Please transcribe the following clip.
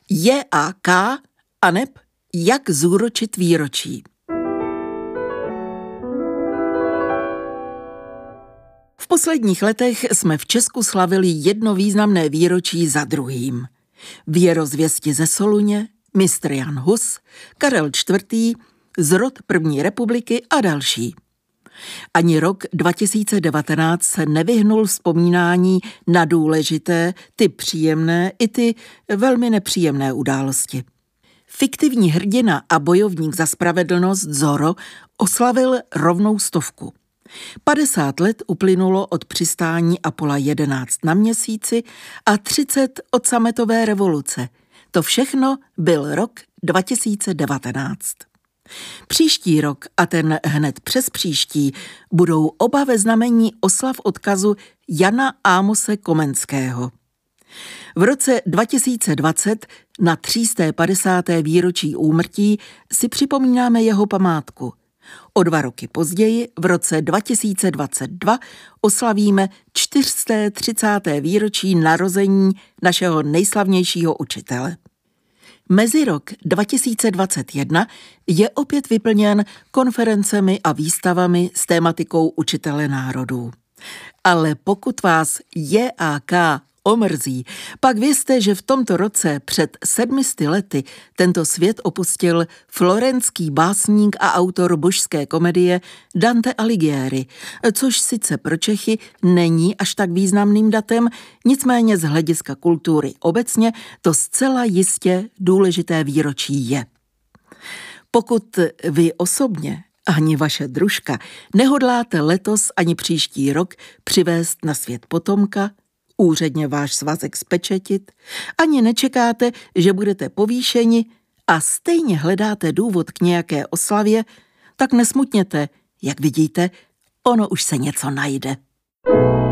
J.A.K. aneb Jak zúročit výročí. V posledních letech jsme v Česku slavili jedno významné výročí za druhým. Věrozvěsti ze Soluně, mistr Jan Hus, Karel IV., zrod první republiky a další. Ani rok 2019 se nevyhnul vzpomínání na důležité, ty příjemné i ty velmi nepříjemné události. Fiktivní hrdina a bojovník za spravedlnost Zorro oslavil rovnou 100. 50 let uplynulo od přistání Apolla 11 na Měsíci a 30 od sametové revoluce. To všechno byl rok 2019. Příští rok a ten hned přes příští budou oba ve znamení oslav odkazu Jana Ámose Komenského. V roce 2020 na 350. výročí úmrtí si připomínáme jeho památku. O 2 roky později, v roce 2022, oslavíme 430. výročí narození našeho nejslavnějšího učitele. Mezirok 2021 je opět vyplněn konferencemi a výstavami s tématikou učitele národů. Ale pokud vás J.A.K. omrzí, pak vězte, že v tomto roce před 700 lety tento svět opustil florenský básník a autor božské komedie Dante Alighieri, což sice pro Čechy není až tak významným datem, nicméně z hlediska kultury obecně to zcela jistě důležité výročí je. Pokud vy osobně ani vaše družka nehodláte letos ani příští rok přivést na svět potomka, úředně váš svazek spečetit, ani nečekáte, že budete povýšeni a stejně hledáte důvod k nějaké oslavě, tak nesmutněte, jak vidíte, ono už se něco najde.